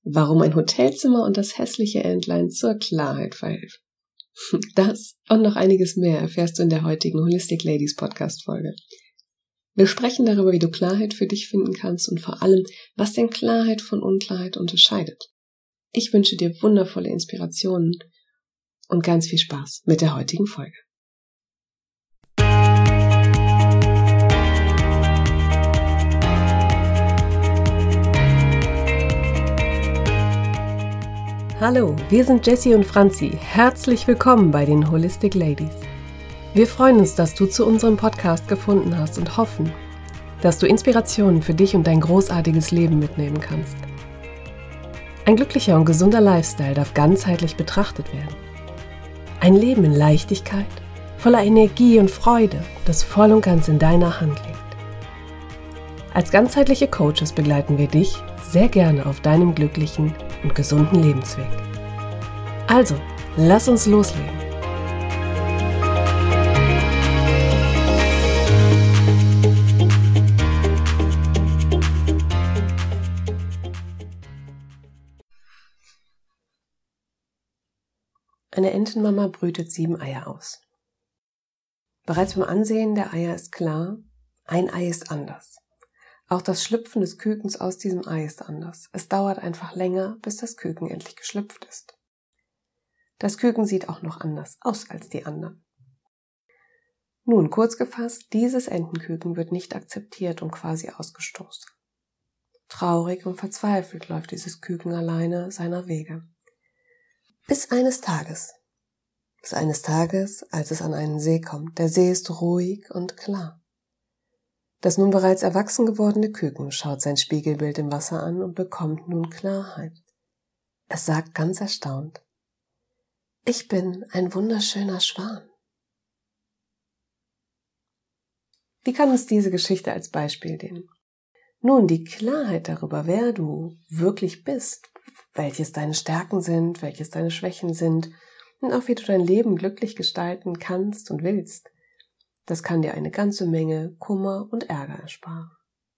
warum ein Hotelzimmer und das hässliche Entlein zur Klarheit verhilft. Das und noch einiges mehr erfährst du in der heutigen Holistic Ladies Podcast-Folge. Wir sprechen darüber, wie du Klarheit für dich finden kannst und vor allem, was denn Klarheit von Unklarheit unterscheidet. Ich wünsche dir wundervolle Inspirationen und ganz viel Spaß mit der heutigen Folge. Hallo, wir sind Jessie und Franzi. Herzlich willkommen bei den Holistic Ladies. Wir freuen uns, dass du zu unserem Podcast gefunden hast und hoffen, dass du Inspirationen für dich und dein großartiges Leben mitnehmen kannst. Ein glücklicher und gesunder Lifestyle darf ganzheitlich betrachtet werden. Ein Leben in Leichtigkeit, voller Energie und Freude, das voll und ganz in deiner Hand liegt. Als ganzheitliche Coaches begleiten wir dich sehr gerne auf deinem glücklichen und gesunden Lebensweg. Also, lass uns loslegen. Eine Entenmama brütet 7 Eier aus. Bereits beim Ansehen der Eier ist klar, ein Ei ist anders. Auch das Schlüpfen des Kükens aus diesem Ei ist anders. Es dauert einfach länger, bis das Küken endlich geschlüpft ist. Das Küken sieht auch noch anders aus als die anderen. Nun, kurz gefasst, dieses Entenküken wird nicht akzeptiert und quasi ausgestoßen. Traurig und verzweifelt läuft dieses Küken alleine seiner Wege. Bis eines Tages, als es an einen See kommt. Der See ist ruhig und klar. Das nun bereits erwachsen gewordene Küken schaut sein Spiegelbild im Wasser an und bekommt nun Klarheit. Es sagt ganz erstaunt: Ich bin ein wunderschöner Schwan. Wie kann uns diese Geschichte als Beispiel dienen? Nun, die Klarheit darüber, wer du wirklich bist, welches deine Stärken sind, welches deine Schwächen sind und auch wie du dein Leben glücklich gestalten kannst und willst, das kann dir eine ganze Menge Kummer und Ärger ersparen.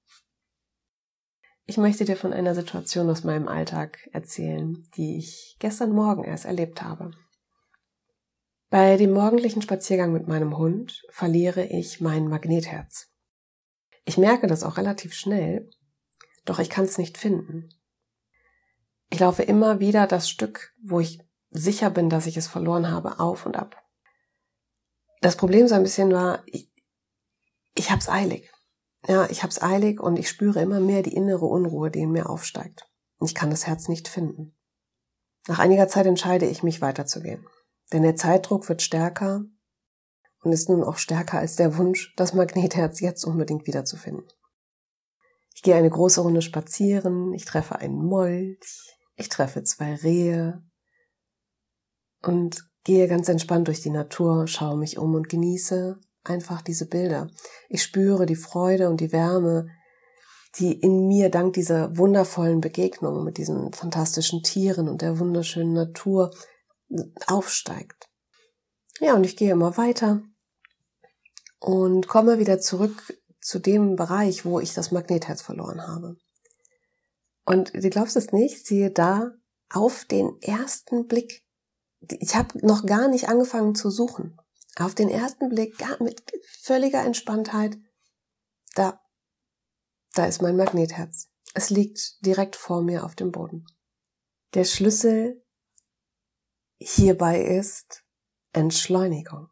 Ich möchte dir von einer Situation aus meinem Alltag erzählen, die ich gestern Morgen erst erlebt habe. Bei dem morgendlichen Spaziergang mit meinem Hund verliere ich mein Magnetherz. Ich merke das auch relativ schnell, doch ich kann es nicht finden. Ich laufe immer wieder das Stück, wo ich sicher bin, dass ich es verloren habe, auf und ab. Das Problem so ein bisschen war, ich hab's eilig. Ja, ich hab's eilig und ich spüre immer mehr die innere Unruhe, die in mir aufsteigt. Und ich kann das Herz nicht finden. Nach einiger Zeit entscheide ich mich, weiterzugehen. Denn der Zeitdruck wird stärker und ist nun auch stärker als der Wunsch, das Magnetherz jetzt unbedingt wiederzufinden. Ich gehe eine große Runde spazieren, ich treffe einen Molch, ich treffe 2 Rehe und gehe ganz entspannt durch die Natur, schaue mich um und genieße einfach diese Bilder. Ich spüre die Freude und die Wärme, die in mir dank dieser wundervollen Begegnung mit diesen fantastischen Tieren und der wunderschönen Natur aufsteigt. Ja, und ich gehe immer weiter und komme wieder zurück zu dem Bereich, wo ich das Magnetherz verloren habe. Und du glaubst es nicht, siehe da, auf den ersten Blick, ich habe noch gar nicht angefangen zu suchen. Auf den ersten Blick, mit völliger Entspanntheit, da ist mein Magnetherz. Es liegt direkt vor mir auf dem Boden. Der Schlüssel hierbei ist Entschleunigung.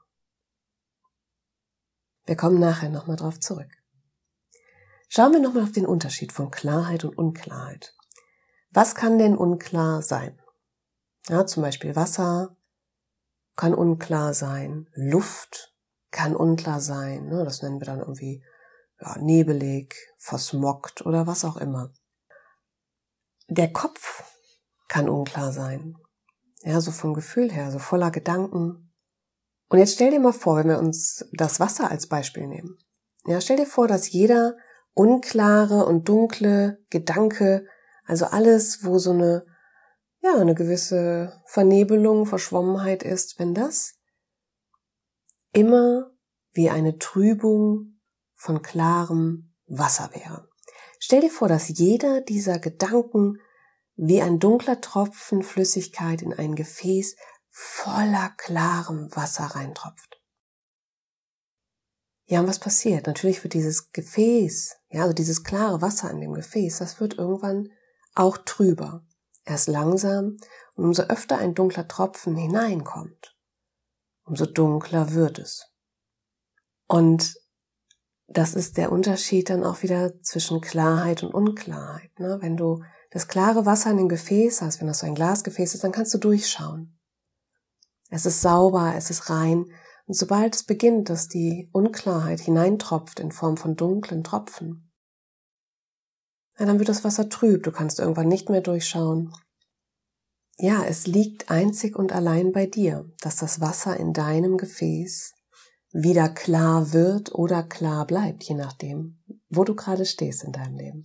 Wir kommen nachher nochmal drauf zurück. Schauen wir nochmal auf den Unterschied von Klarheit und Unklarheit. Was kann denn unklar sein? Ja, zum Beispiel Wasser kann unklar sein, Luft kann unklar sein, ne? Das nennen wir dann irgendwie nebelig, versmoggt oder was auch immer. Der Kopf kann unklar sein, ja, so vom Gefühl her, so voller Gedanken. Und jetzt stell dir mal vor, wenn wir uns das Wasser als Beispiel nehmen. Ja, stell dir vor, dass jeder unklare und dunkle Gedanke, also alles, wo so eine gewisse Vernebelung, Verschwommenheit ist, wenn das immer wie eine Trübung von klarem Wasser wäre. Stell dir vor, dass jeder dieser Gedanken wie ein dunkler Tropfen Flüssigkeit in ein Gefäß voller klarem Wasser reintropft. Ja, und was passiert? Natürlich wird dieses Gefäß, ja, also dieses klare Wasser in dem Gefäß, das wird irgendwann auch trüber. Erst langsam, und umso öfter ein dunkler Tropfen hineinkommt, umso dunkler wird es. Und das ist der Unterschied dann auch wieder zwischen Klarheit und Unklarheit. Ne? Wenn du das klare Wasser in dem Gefäß hast, wenn das so ein Glasgefäß ist, dann kannst du durchschauen. Es ist sauber, es ist rein. Und sobald es beginnt, dass die Unklarheit hineintropft in Form von dunklen Tropfen, ja, dann wird das Wasser trüb, du kannst irgendwann nicht mehr durchschauen. Ja, es liegt einzig und allein bei dir, dass das Wasser in deinem Gefäß wieder klar wird oder klar bleibt, je nachdem, wo du gerade stehst in deinem Leben.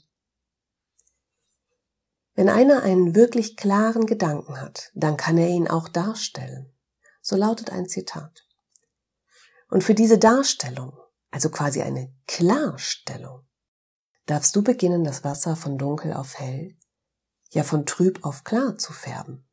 Wenn einer einen wirklich klaren Gedanken hat, dann kann er ihn auch darstellen. So lautet ein Zitat. Und für diese Darstellung, also quasi eine Klarstellung, darfst du beginnen, das Wasser von dunkel auf hell, ja von trüb auf klar zu färben.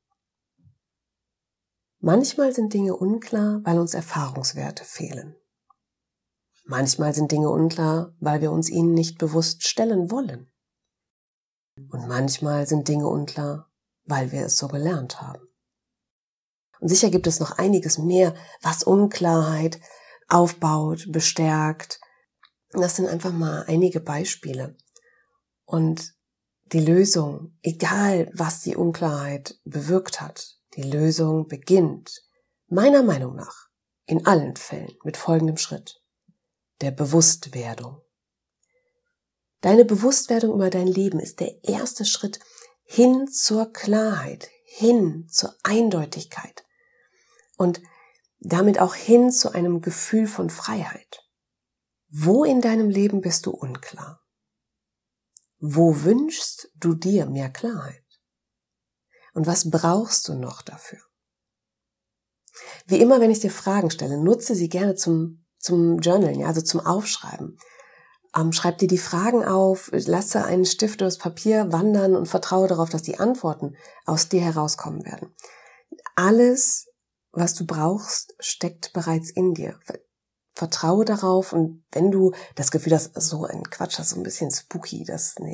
Manchmal sind Dinge unklar, weil uns Erfahrungswerte fehlen. Manchmal sind Dinge unklar, weil wir uns ihnen nicht bewusst stellen wollen. Und manchmal sind Dinge unklar, weil wir es so gelernt haben. Und sicher gibt es noch einiges mehr, was Unklarheit aufbaut, bestärkt. Das sind einfach mal einige Beispiele. Und die Lösung, egal was die Unklarheit bewirkt hat, die Lösung beginnt, meiner Meinung nach, in allen Fällen mit folgendem Schritt: der Bewusstwerdung. Deine Bewusstwerdung über dein Leben ist der erste Schritt hin zur Klarheit, hin zur Eindeutigkeit und damit auch hin zu einem Gefühl von Freiheit. Wo in deinem Leben bist du unklar? Wo wünschst du dir mehr Klarheit? Und was brauchst du noch dafür? Wie immer, wenn ich dir Fragen stelle, nutze sie gerne zum Journalen, ja, also zum Aufschreiben. Schreib dir die Fragen auf, lasse einen Stift durchs Papier wandern und vertraue darauf, dass die Antworten aus dir herauskommen werden. Alles, was du brauchst, steckt bereits in dir. Vertraue darauf, und wenn du das Gefühl hast, so ein Quatsch, das ist so ein bisschen spooky,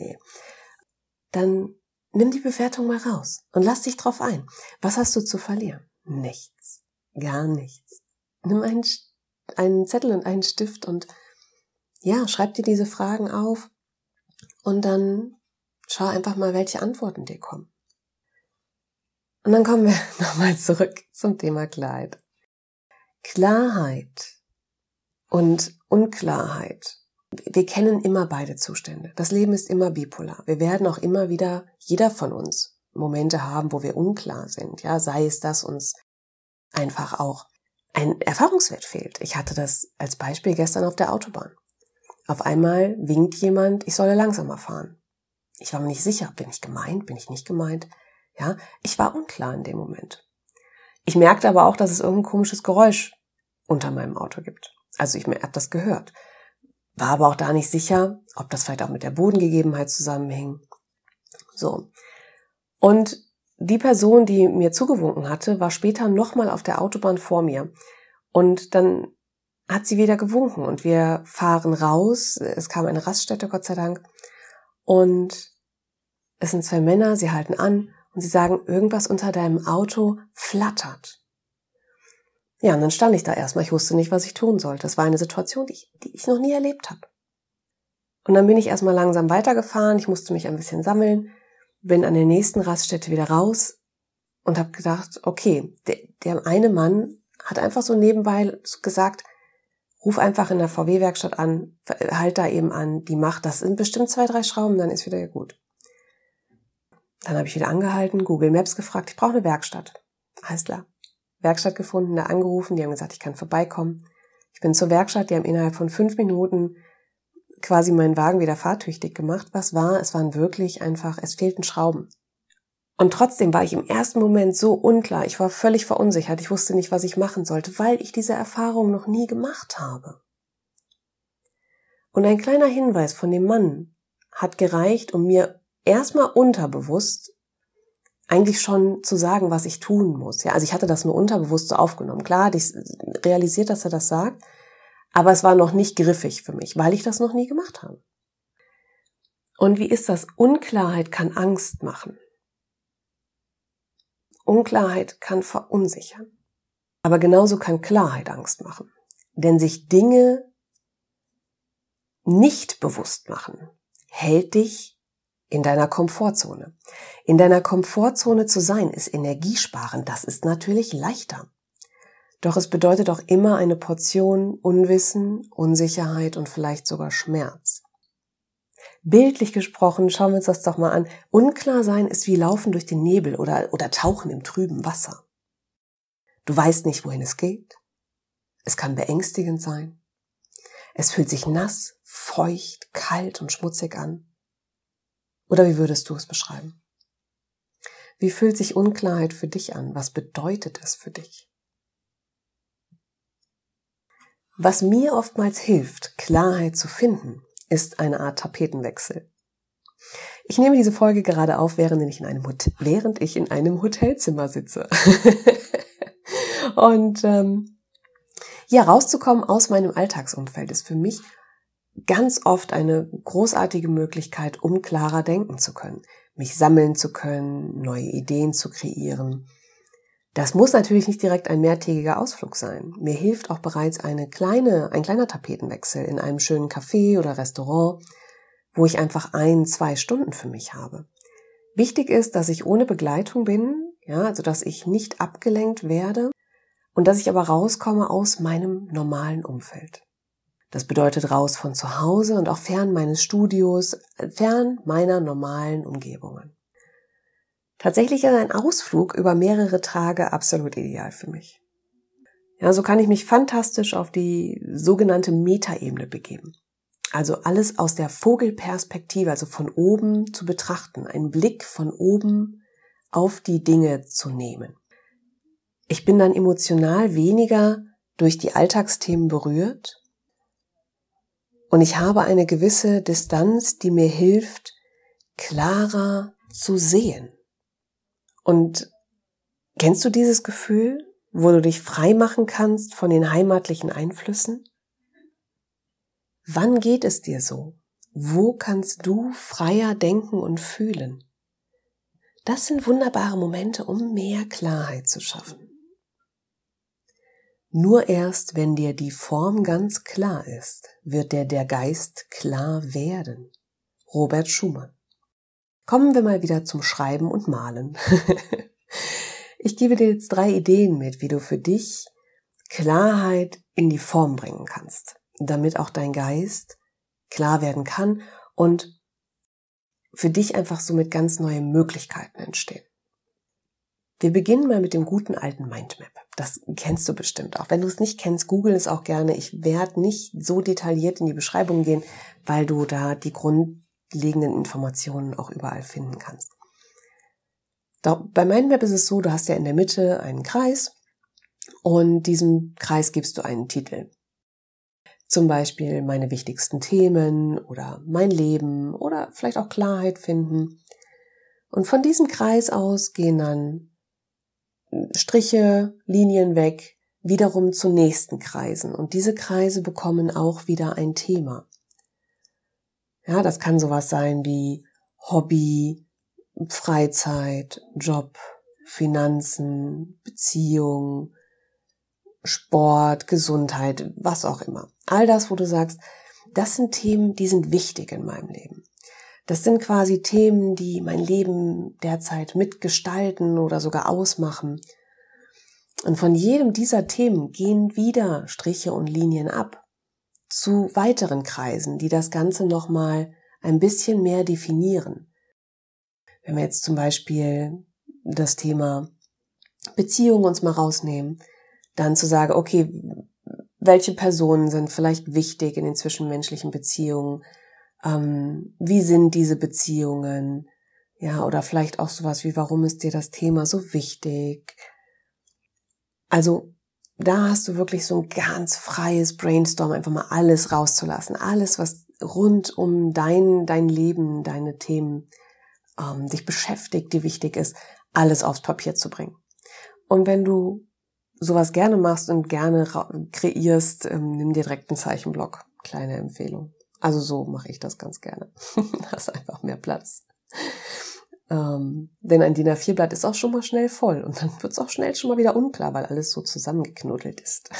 dann nimm die Bewertung mal raus und lass dich drauf ein. Was hast du zu verlieren? Nichts. Gar nichts. Nimm einen Zettel und einen Stift und ja, schreib dir diese Fragen auf und dann schau einfach mal, welche Antworten dir kommen. Und dann kommen wir nochmal zurück zum Thema Klarheit. Klarheit und Unklarheit. Wir kennen immer beide Zustände. Das Leben ist immer bipolar. Wir werden auch immer wieder, jeder von uns, Momente haben, wo wir unklar sind. Ja, sei es, dass uns einfach auch ein Erfahrungswert fehlt. Ich hatte das als Beispiel gestern auf der Autobahn. Auf einmal winkt jemand, ich solle langsamer fahren. Ich war mir nicht sicher, bin ich gemeint, bin ich nicht gemeint. Ja, ich war unklar in dem Moment. Ich merkte aber auch, dass es irgendein komisches Geräusch unter meinem Auto gibt. Also ich habe das gehört. War aber auch da nicht sicher, ob das vielleicht auch mit der Bodengegebenheit zusammenhing. So. Und die Person, die mir zugewunken hatte, war später nochmal auf der Autobahn vor mir. Und dann hat sie wieder gewunken und wir fahren raus. Es kam eine Raststätte, Gott sei Dank. Und es sind zwei Männer, sie halten an und sie sagen, irgendwas unter deinem Auto flattert. Ja, und dann stand ich da erstmal. Ich wusste nicht, was ich tun sollte. Das war eine Situation, die ich noch nie erlebt habe. Und dann bin ich erstmal langsam weitergefahren. Ich musste mich ein bisschen sammeln, bin an der nächsten Raststätte wieder raus und habe gedacht, okay, der eine Mann hat einfach so nebenbei gesagt, ruf einfach in der VW-Werkstatt an, halt da eben an, die macht das. Sind bestimmt 2, 3 Schrauben, dann ist wieder gut. Dann habe ich wieder angehalten, Google Maps gefragt, ich brauche eine Werkstatt. Alles klar. Werkstatt gefunden, da angerufen, die haben gesagt, ich kann vorbeikommen. Ich bin zur Werkstatt, die haben innerhalb von 5 Minuten quasi meinen Wagen wieder fahrtüchtig gemacht. Was war? Es waren wirklich einfach, es fehlten Schrauben. Und trotzdem war ich im ersten Moment so unklar, ich war völlig verunsichert, ich wusste nicht, was ich machen sollte, weil ich diese Erfahrung noch nie gemacht habe. Und ein kleiner Hinweis von dem Mann hat gereicht, um mir erstmal unterbewusst eigentlich schon zu sagen, was ich tun muss. Ja, also ich hatte das nur unterbewusst so aufgenommen. Klar, hatte ich realisiert, dass er das sagt, aber es war noch nicht griffig für mich, weil ich das noch nie gemacht habe. Und wie ist das? Unklarheit kann Angst machen. Unklarheit kann verunsichern. Aber genauso kann Klarheit Angst machen. Denn sich Dinge nicht bewusst machen, hält dich in deiner Komfortzone. In deiner Komfortzone zu sein, ist energiesparend. Das ist natürlich leichter. Doch es bedeutet auch immer eine Portion Unwissen, Unsicherheit und vielleicht sogar Schmerz. Bildlich gesprochen, schauen wir uns das doch mal an. Unklar sein ist wie Laufen durch den Nebel oder Tauchen im trüben Wasser. Du weißt nicht, wohin es geht. Es kann beängstigend sein. Es fühlt sich nass, feucht, kalt und schmutzig an. Oder wie würdest du es beschreiben? Wie fühlt sich Unklarheit für dich an? Was bedeutet es für dich? Was mir oftmals hilft, Klarheit zu finden, ist eine Art Tapetenwechsel. Ich nehme diese Folge gerade auf, während ich in einem Hotelzimmer sitze. Und rauszukommen aus meinem Alltagsumfeld ist für mich ganz oft eine großartige Möglichkeit, um klarer denken zu können, mich sammeln zu können, neue Ideen zu kreieren. Das muss natürlich nicht direkt ein mehrtägiger Ausflug sein. Mir hilft auch bereits ein kleiner Tapetenwechsel in einem schönen Café oder Restaurant, wo ich einfach 1-2 Stunden für mich habe. Wichtig ist, dass ich ohne Begleitung bin, also dass ich nicht abgelenkt werde und dass ich aber rauskomme aus meinem normalen Umfeld. Das bedeutet raus von zu Hause und auch fern meines Studios, fern meiner normalen Umgebungen. Tatsächlich ist ein Ausflug über mehrere Tage absolut ideal für mich. Ja, so kann ich mich fantastisch auf die sogenannte Metaebene begeben. Also alles aus der Vogelperspektive, also von oben zu betrachten, einen Blick von oben auf die Dinge zu nehmen. Ich bin dann emotional weniger durch die Alltagsthemen berührt und ich habe eine gewisse Distanz, die mir hilft, klarer zu sehen. Und kennst du dieses Gefühl, wo du dich frei machen kannst von den heimatlichen Einflüssen? Wann geht es dir so? Wo kannst du freier denken und fühlen? Das sind wunderbare Momente, um mehr Klarheit zu schaffen. Nur erst, wenn dir die Form ganz klar ist, wird der Geist klar werden. Robert Schumann. Kommen wir mal wieder zum Schreiben und Malen. Ich gebe dir jetzt 3 Ideen mit, wie du für dich Klarheit in die Form bringen kannst, damit auch dein Geist klar werden kann und für dich einfach somit ganz neue Möglichkeiten entstehen. Wir beginnen mal mit dem guten alten Mindmap. Das kennst du bestimmt auch. Wenn du es nicht kennst, google es auch gerne. Ich werde nicht so detailliert in die Beschreibung gehen, weil du da die grundlegenden Informationen auch überall finden kannst. Doch bei Mindmap ist es so, du hast ja in der Mitte einen Kreis und diesem Kreis gibst du einen Titel. Zum Beispiel meine wichtigsten Themen oder mein Leben oder vielleicht auch Klarheit finden. Und von diesem Kreis aus gehen dann Striche, Linien weg, wiederum zu nächsten Kreisen. Und diese Kreise bekommen auch wieder ein Thema. Ja, das kann sowas sein wie Hobby, Freizeit, Job, Finanzen, Beziehung, Sport, Gesundheit, was auch immer. All das, wo du sagst, das sind Themen, die sind wichtig in meinem Leben. Das sind quasi Themen, die mein Leben derzeit mitgestalten oder sogar ausmachen. Und von jedem dieser Themen gehen wieder Striche und Linien ab zu weiteren Kreisen, die das Ganze nochmal ein bisschen mehr definieren. Wenn wir jetzt zum Beispiel das Thema Beziehung uns mal rausnehmen, dann zu sagen, okay, welche Personen sind vielleicht wichtig in den zwischenmenschlichen Beziehungen? Wie sind diese Beziehungen? Ja, oder vielleicht auch sowas wie, warum ist dir das Thema so wichtig? Also, da hast du wirklich so ein ganz freies Brainstorm, einfach mal alles rauszulassen. Alles, was rund um dein Leben, deine Themen dich beschäftigt, die wichtig ist, alles aufs Papier zu bringen. Und wenn du sowas gerne machst und gerne kreierst, nimm dir direkt einen Zeichenblock. Kleine Empfehlung. Also so mache ich das ganz gerne. Hast einfach mehr Platz. Denn ein DIN A4-Blatt ist auch schon mal schnell voll und dann wird es auch schnell schon mal wieder unklar, weil alles so zusammengeknuddelt ist.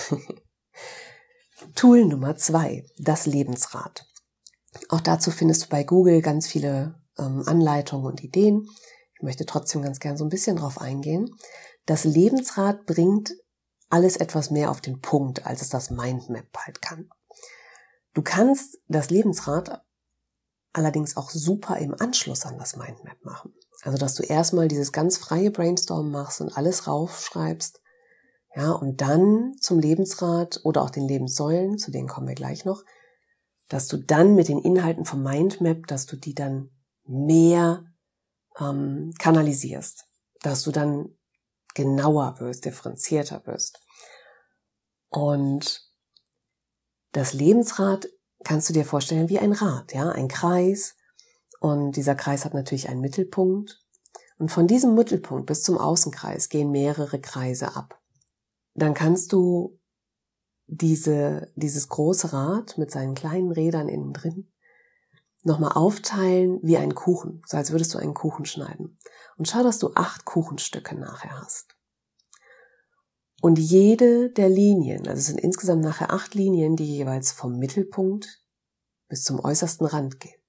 Tool Nummer 2, das Lebensrad. Auch dazu findest du bei Google ganz viele Anleitungen und Ideen. Ich möchte trotzdem ganz gern so ein bisschen drauf eingehen. Das Lebensrad bringt alles etwas mehr auf den Punkt, als es das Mindmap halt kann. Du kannst das Lebensrad allerdings auch super im Anschluss an das Mindmap machen. Also, dass du erstmal dieses ganz freie Brainstorm machst und alles raufschreibst, ja, und dann zum Lebensrad oder auch den Lebenssäulen, zu denen kommen wir gleich noch, dass du dann mit den Inhalten vom Mindmap, dass du die dann mehr kanalisierst, dass du dann genauer wirst, differenzierter wirst. Und das Lebensrad kannst du dir vorstellen wie ein Rad, ja, ein Kreis. Und dieser Kreis hat natürlich einen Mittelpunkt. Und von diesem Mittelpunkt bis zum Außenkreis gehen mehrere Kreise ab. Dann kannst du dieses große Rad mit seinen kleinen Rädern innen drin nochmal aufteilen wie einen Kuchen, so als würdest du einen Kuchen schneiden. Und schau, dass du 8 Kuchenstücke nachher hast. Und jede der Linien, also es sind insgesamt nachher 8 Linien, die jeweils vom Mittelpunkt bis zum äußersten Rand gehen.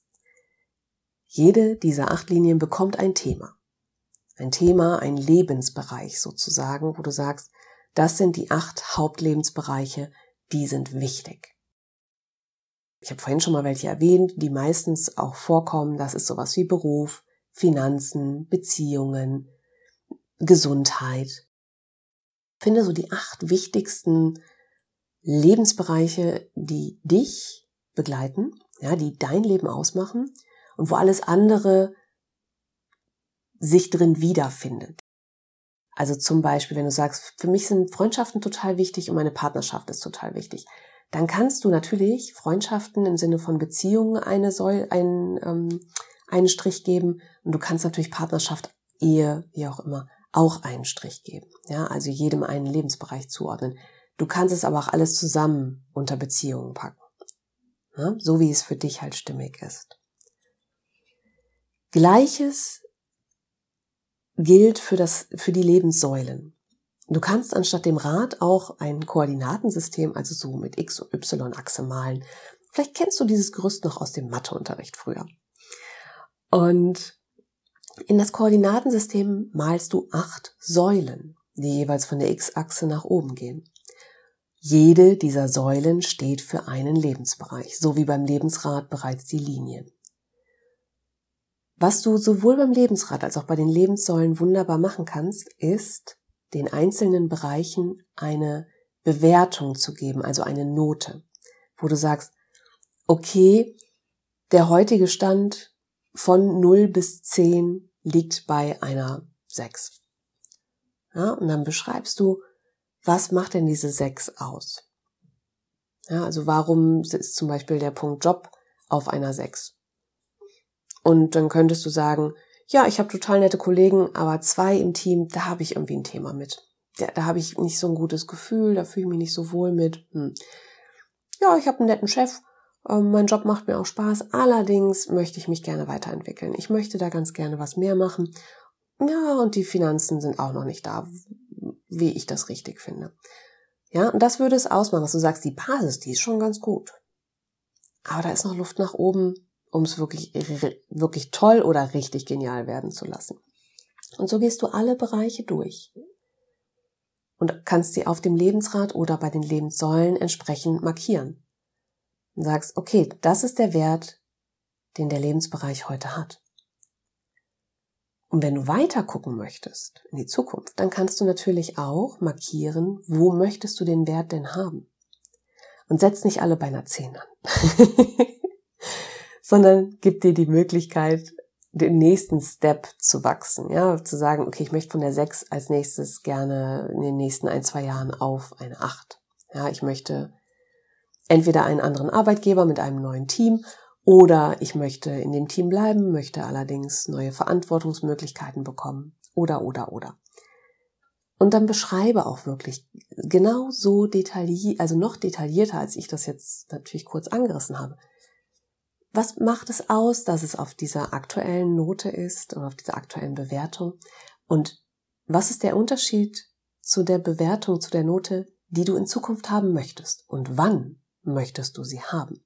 Jede dieser 8 Linien bekommt ein Thema. Ein Thema, ein Lebensbereich sozusagen, wo du sagst, das sind die 8 Hauptlebensbereiche, die sind wichtig. Ich habe vorhin schon mal welche erwähnt, die meistens auch vorkommen. Das ist sowas wie Beruf, Finanzen, Beziehungen, Gesundheit. Finde so die 8 wichtigsten Lebensbereiche, die dich begleiten, ja, die dein Leben ausmachen und wo alles andere sich drin wiederfindet. Also zum Beispiel, wenn du sagst, für mich sind Freundschaften total wichtig und meine Partnerschaft ist total wichtig, dann kannst du natürlich Freundschaften im Sinne von Beziehungen einen Strich geben und du kannst natürlich Partnerschaft, Ehe, wie auch immer, auch einen Strich geben. Ja, also jedem einen Lebensbereich zuordnen. Du kannst es aber auch alles zusammen unter Beziehungen packen. Ja, so wie es für dich halt stimmig ist. Gleiches gilt für die Lebenssäulen. Du kannst anstatt dem Rad auch ein Koordinatensystem, also so mit X- und Y-Achse malen. Vielleicht kennst du dieses Gerüst noch aus dem Matheunterricht früher. Und in das Koordinatensystem malst du 8 Säulen, die jeweils von der X-Achse nach oben gehen. Jede dieser Säulen steht für einen Lebensbereich, so wie beim Lebensrad bereits die Linien. Was du sowohl beim Lebensrad als auch bei den Lebenssäulen wunderbar machen kannst, ist, den einzelnen Bereichen eine Bewertung zu geben, also eine Note, wo du sagst, okay, der heutige Stand von 0 bis 10 liegt bei einer 6. Ja, und dann beschreibst du, was macht denn diese 6 aus? Ja, also warum ist zum Beispiel der Punkt Job auf einer 6? Und dann könntest du sagen, ja, ich habe total nette Kollegen, aber 2 im Team, da habe ich irgendwie ein Thema mit. Da habe ich nicht so ein gutes Gefühl, da fühle ich mich nicht so wohl mit. Ja, ich habe einen netten Chef, mein Job macht mir auch Spaß, allerdings möchte ich mich gerne weiterentwickeln. Ich möchte da ganz gerne was mehr machen. Ja, und die Finanzen sind auch noch nicht da, wie ich das richtig finde. Ja, und das würde es ausmachen, dass du sagst, die Basis, die ist schon ganz gut. Aber da ist noch Luft nach oben, um es wirklich toll oder richtig genial werden zu lassen. Und so gehst du alle Bereiche durch und kannst sie auf dem Lebensrad oder bei den Lebenssäulen entsprechend markieren. Und sagst, okay, das ist der Wert, den der Lebensbereich heute hat. Und wenn du weiter gucken möchtest in die Zukunft, dann kannst du natürlich auch markieren, wo möchtest du den Wert denn haben. Und setz nicht alle bei einer 10 an. Sondern gib dir die Möglichkeit, den nächsten Step zu wachsen, ja, zu sagen, okay, ich möchte von der 6 als nächstes gerne in den nächsten 1-2 Jahren auf eine 8. Ja, ich möchte entweder einen anderen Arbeitgeber mit einem neuen Team Oder ich möchte in dem Team bleiben, möchte allerdings neue Verantwortungsmöglichkeiten bekommen. Oder. Und dann beschreibe auch wirklich genau so detailliert, also noch detaillierter, als ich das jetzt natürlich kurz angerissen habe. Was macht es aus, dass es auf dieser aktuellen Note ist oder auf dieser aktuellen Bewertung? Und was ist der Unterschied zu der Bewertung, zu der Note, die du in Zukunft haben möchtest? Und wann möchtest du sie haben?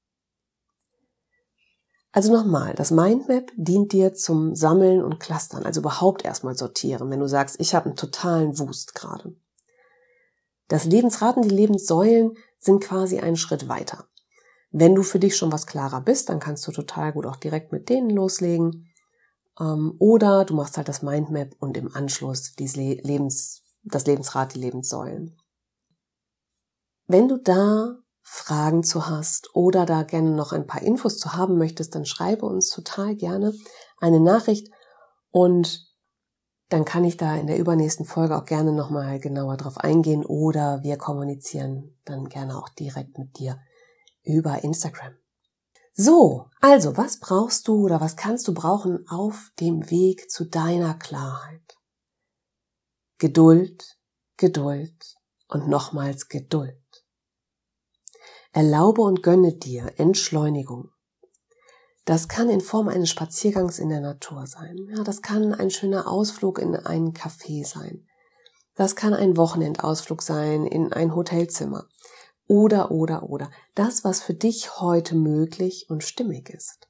Also nochmal, das Mindmap dient dir zum Sammeln und Clustern, also überhaupt erstmal sortieren, wenn du sagst, ich habe einen totalen Wust gerade. Das Lebensrad und die Lebenssäulen sind quasi einen Schritt weiter. Wenn du für dich schon was klarer bist, dann kannst du total gut auch direkt mit denen loslegen. Oder du machst halt das Mindmap und im Anschluss das Lebensrad, die Lebenssäulen. Wenn du da Fragen zu hast oder da gerne noch ein paar Infos zu haben möchtest, dann schreibe uns total gerne eine Nachricht und dann kann ich da in der übernächsten Folge auch gerne nochmal genauer drauf eingehen oder wir kommunizieren dann gerne auch direkt mit dir über Instagram. So, also was brauchst du oder was kannst du brauchen auf dem Weg zu deiner Klarheit? Geduld, Geduld und nochmals Geduld. Erlaube und gönne dir Entschleunigung. Das kann in Form eines Spaziergangs in der Natur sein. Ja, das kann ein schöner Ausflug in einen Café sein. Das kann ein Wochenendausflug sein in ein Hotelzimmer. Oder. Das, was für dich heute möglich und stimmig ist.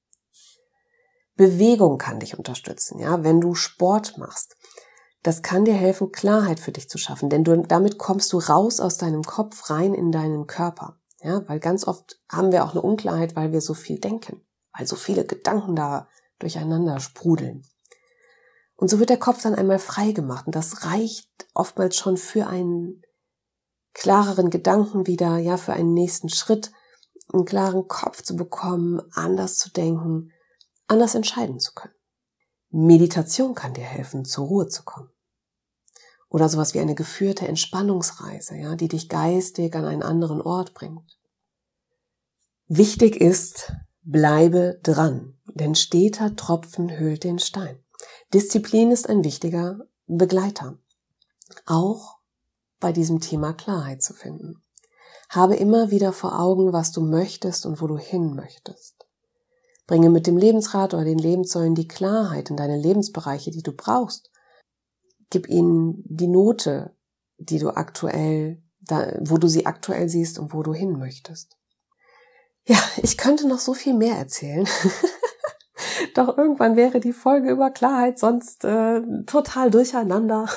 Bewegung kann dich unterstützen, ja, wenn du Sport machst. Das kann dir helfen, Klarheit für dich zu schaffen, denn damit kommst du raus aus deinem Kopf rein in deinen Körper. Ja, weil ganz oft haben wir auch eine Unklarheit, weil wir so viel denken, weil so viele Gedanken da durcheinander sprudeln. Und so wird der Kopf dann einmal frei gemacht und das reicht oftmals schon für einen klareren Gedanken wieder, ja, für einen nächsten Schritt, einen klaren Kopf zu bekommen, anders zu denken, anders entscheiden zu können. Meditation kann dir helfen, zur Ruhe zu kommen. Oder sowas wie eine geführte Entspannungsreise, ja, die dich geistig an einen anderen Ort bringt. Wichtig ist, bleibe dran, denn steter Tropfen höhlt den Stein. Disziplin ist ein wichtiger Begleiter, auch bei diesem Thema Klarheit zu finden. Habe immer wieder vor Augen, was du möchtest und wo du hin möchtest. Bringe mit dem Lebensrad oder den Lebenssäulen die Klarheit in deine Lebensbereiche, die du brauchst. Gib ihnen die Note, die du wo du sie aktuell siehst und wo du hin möchtest. Ja, ich könnte noch so viel mehr erzählen. Doch irgendwann wäre die Folge über Klarheit sonst total durcheinander.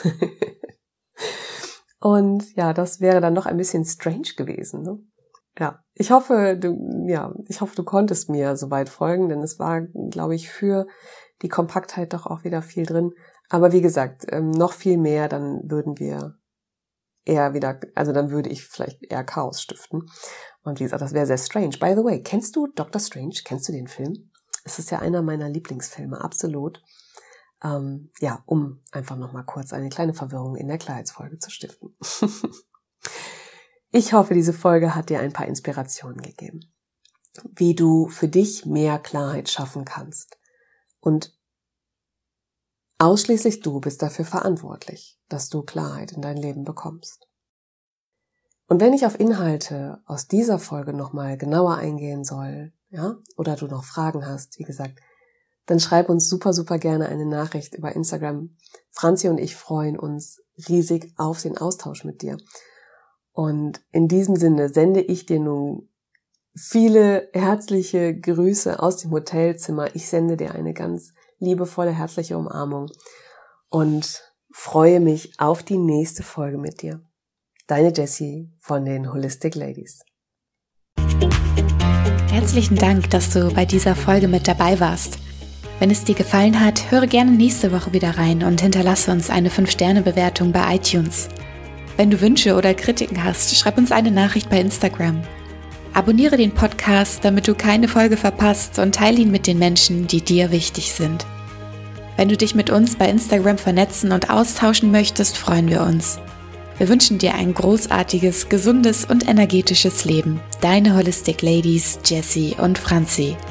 Und ja, das wäre dann noch ein bisschen strange gewesen, ne? Ja, ich hoffe, du konntest mir soweit folgen, denn es war, glaube ich, für die Kompaktheit doch auch wieder viel drin. Aber wie gesagt, noch viel mehr, dann würde ich vielleicht eher Chaos stiften. Und wie gesagt, das wäre sehr strange. By the way, kennst du Dr. Strange? Kennst du den Film? Es ist ja einer meiner Lieblingsfilme, absolut. Um einfach nochmal kurz eine kleine Verwirrung in der Klarheitsfolge zu stiften. Ich hoffe, diese Folge hat dir ein paar Inspirationen gegeben, wie du für dich mehr Klarheit schaffen kannst. Und ausschließlich du bist dafür verantwortlich, dass du Klarheit in dein Leben bekommst. Und wenn ich auf Inhalte aus dieser Folge nochmal genauer eingehen soll, ja, oder du noch Fragen hast, wie gesagt, dann schreib uns super, super gerne eine Nachricht über Instagram. Franzi und ich freuen uns riesig auf den Austausch mit dir. Und in diesem Sinne sende ich dir nun viele herzliche Grüße aus dem Hotelzimmer. Ich sende dir eine ganz liebevolle, herzliche Umarmung und freue mich auf die nächste Folge mit dir. Deine Jessie von den Holistic Ladies. Herzlichen Dank, dass du bei dieser Folge mit dabei warst. Wenn es dir gefallen hat, höre gerne nächste Woche wieder rein und hinterlasse uns eine 5-Sterne-Bewertung bei iTunes. Wenn du Wünsche oder Kritiken hast, schreib uns eine Nachricht bei Instagram. Abonniere den Podcast, damit du keine Folge verpasst und teile ihn mit den Menschen, die dir wichtig sind. Wenn du dich mit uns bei Instagram vernetzen und austauschen möchtest, freuen wir uns. Wir wünschen dir ein großartiges, gesundes und energetisches Leben. Deine Holistic Ladies Jessie und Franzi.